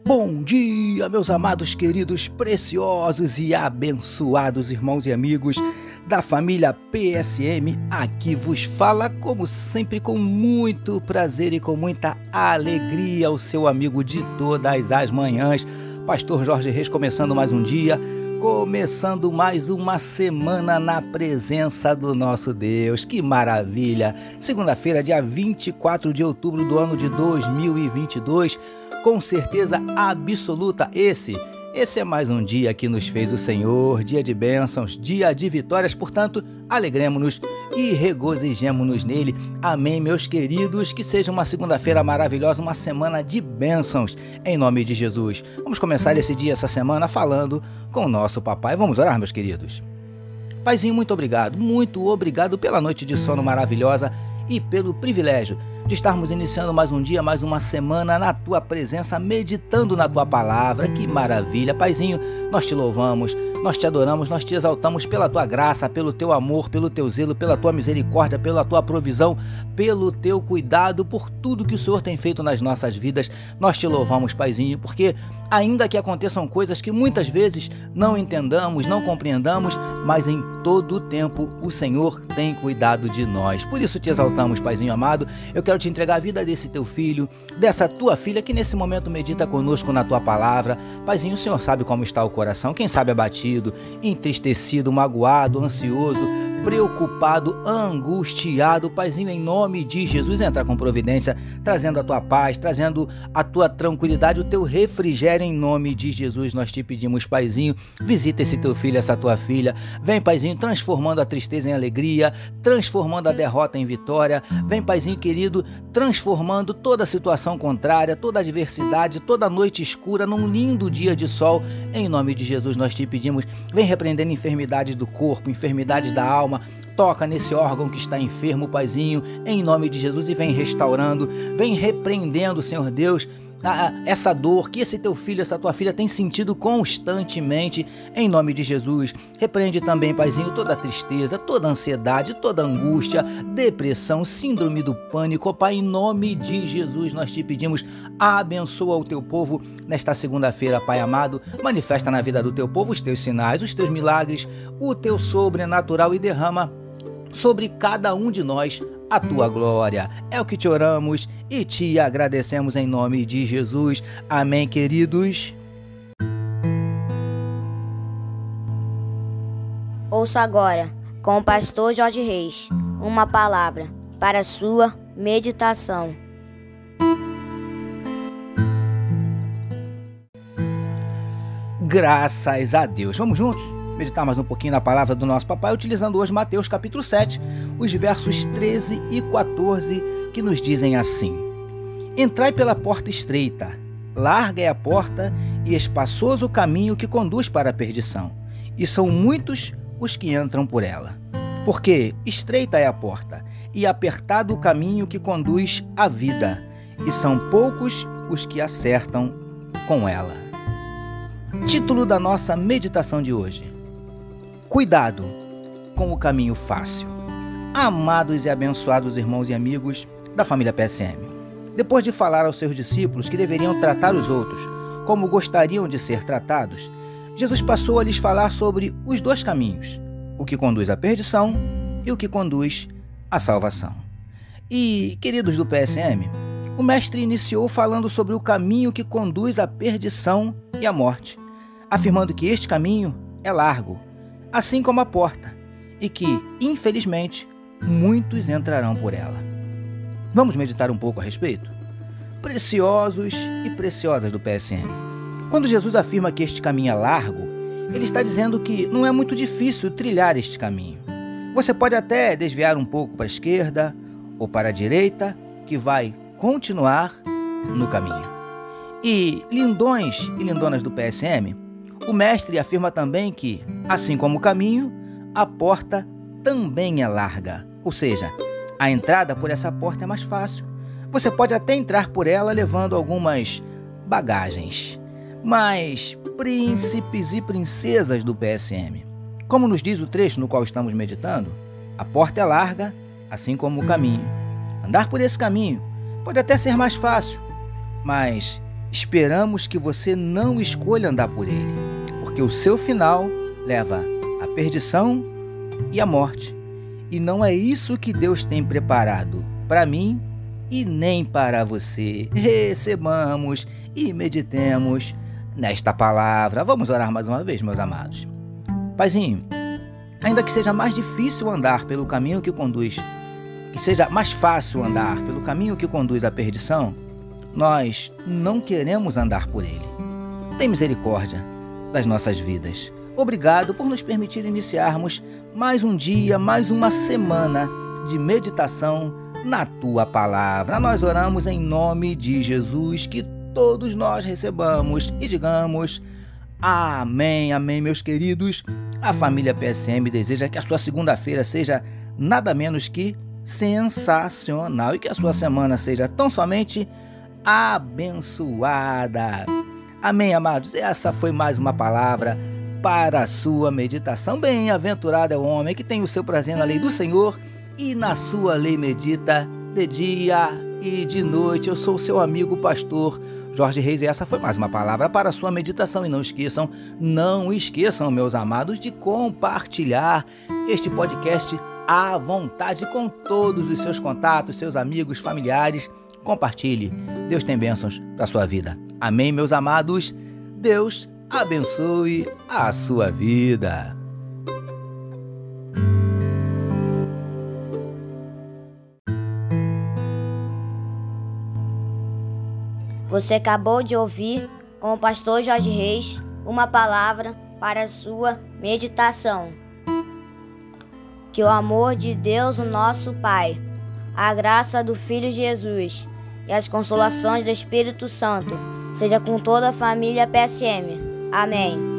Bom dia, meus amados, queridos, preciosos e abençoados irmãos e amigos da família PSM. Aqui vos fala, como sempre, com muito prazer e com muita alegria, o seu amigo de todas as manhãs, Pastor Jorge Reis, começando mais um dia, começando mais uma semana na presença do nosso Deus. Que maravilha! Segunda-feira, dia 24 de outubro do ano de 2022, com certeza absoluta, esse é mais um dia que nos fez o Senhor, dia de bênçãos, dia de vitórias, portanto, alegremos-nos e regozijemo-nos nele. Amém, meus queridos, que seja uma segunda-feira maravilhosa, uma semana de bênçãos, em nome de Jesus. Vamos começar esse dia, essa semana, falando com o nosso papai. Vamos orar, meus queridos. Paizinho, muito obrigado pela noite de sono maravilhosa e pelo privilégio de estarmos iniciando mais um dia, mais uma semana na Tua presença, meditando na Tua palavra. Que maravilha, Paizinho, nós te louvamos, nós te adoramos, nós te exaltamos pela Tua graça, pelo Teu amor, pelo Teu zelo, pela Tua misericórdia, pela Tua provisão, pelo Teu cuidado, por tudo que o Senhor tem feito nas nossas vidas. Nós te louvamos, Paizinho, porque ainda que aconteçam coisas que muitas vezes não entendamos, não compreendamos, mas em todo o tempo o Senhor tem cuidado de nós. Por isso te exaltamos, Paizinho amado. Eu quero te entregar a vida desse teu filho, dessa tua filha que nesse momento medita conosco na tua palavra. Paizinho, o Senhor sabe como está o coração, quem sabe abatido, entristecido, magoado, ansioso, preocupado, angustiado. Paizinho, em nome de Jesus, entra com providência, trazendo a tua paz, trazendo a tua tranquilidade, o teu refrigério. Em nome de Jesus nós te pedimos, Paizinho, visita esse teu filho, essa tua filha. Vem, Paizinho, transformando a tristeza em alegria, transformando a derrota em vitória. Vem, Paizinho querido, transformando toda a situação contrária, toda a adversidade, toda a noite escura num lindo dia de sol. Em nome de Jesus nós te pedimos, vem repreendendo enfermidades do corpo, enfermidades da alma. Toca nesse órgão que está enfermo, Paizinho, em nome de Jesus, e vem restaurando, vem repreendendo, Senhor Deus, essa dor que esse teu filho, essa tua filha tem sentido constantemente, em nome de Jesus. Repreende também, Paizinho, toda a tristeza, toda a ansiedade, toda a angústia, depressão, síndrome do pânico. Pai, em nome de Jesus nós te pedimos, abençoa o teu povo nesta segunda-feira, Pai amado. Manifesta na vida do teu povo os teus sinais, os teus milagres, o teu sobrenatural, e derrama sobre cada um de nós a tua glória. É o que te oramos e te agradecemos em nome de Jesus. Amém, queridos. Ouça agora, com o pastor Jorge Reis, uma palavra para a sua meditação. Graças a Deus. Vamos juntos meditar mais um pouquinho na palavra do nosso papai, utilizando hoje Mateus capítulo 7, os versos 13 e 14, que nos dizem assim: Entrai pela porta estreita, larga é a porta e espaçoso o caminho que conduz para a perdição, e são muitos os que entram por ela. Porque estreita é a porta e apertado o caminho que conduz à vida, e são poucos os que acertam com ela. Título da nossa meditação de hoje: Cuidado com o caminho fácil. Amados e abençoados irmãos e amigos da família PSM, depois de falar aos seus discípulos que deveriam tratar os outros como gostariam de ser tratados, Jesus passou a lhes falar sobre os dois caminhos, o que conduz à perdição e o que conduz à salvação. E, queridos do PSM, o mestre iniciou falando sobre o caminho que conduz à perdição e à morte, afirmando que este caminho é largo, assim como a porta, e que, infelizmente, muitos entrarão por ela. Vamos meditar um pouco a respeito? Preciosos e preciosas do PSM, quando Jesus afirma que este caminho é largo, ele está dizendo que não é muito difícil trilhar este caminho. Você pode até desviar um pouco para a esquerda ou para a direita, que vai continuar no caminho. E, lindões e lindonas do PSM, o mestre afirma também que, assim como o caminho, a porta também é larga. Ou seja, a entrada por essa porta é mais fácil. Você pode até entrar por ela levando algumas bagagens. Mas, príncipes e princesas do PSM, como nos diz o trecho no qual estamos meditando, a porta é larga, assim como o caminho. Andar por esse caminho pode até ser mais fácil, mas esperamos que você não escolha andar por ele, porque o seu final leva à perdição e à morte. E não é isso que Deus tem preparado para mim e nem para você. Recebamos e meditemos nesta palavra. Vamos orar mais uma vez, meus amados. Paizinho, ainda que seja mais difícil andar pelo caminho que conduz, que seja mais fácil andar pelo caminho que conduz à perdição, nós não queremos andar por ele. Tem misericórdia das nossas vidas. Obrigado por nos permitir iniciarmos mais um dia, mais uma semana de meditação na Tua Palavra. Nós oramos em nome de Jesus, que todos nós recebamos e digamos amém, amém, meus queridos. A família PSM deseja que a sua segunda-feira seja nada menos que sensacional e que a sua semana seja tão somente abençoada. Amém, amados? Essa foi mais uma palavra para a sua meditação. Bem-aventurado é o homem que tem o seu prazer na lei do Senhor e na sua lei medita de dia e de noite. Eu sou o seu amigo pastor Jorge Reis e essa foi mais uma palavra para a sua meditação. E não esqueçam, meus amados, de compartilhar este podcast à vontade com todos os seus contatos, seus amigos, familiares. Compartilhe. Deus tem bênçãos para a sua vida. Amém, meus amados? Deus abençoe a sua vida. Você acabou de ouvir, com o pastor Jorge Reis, uma palavra para a sua meditação. Que o amor de Deus, o nosso Pai, a graça do Filho Jesus e as consolações do Espírito Santo seja com toda a família PSM. Amém.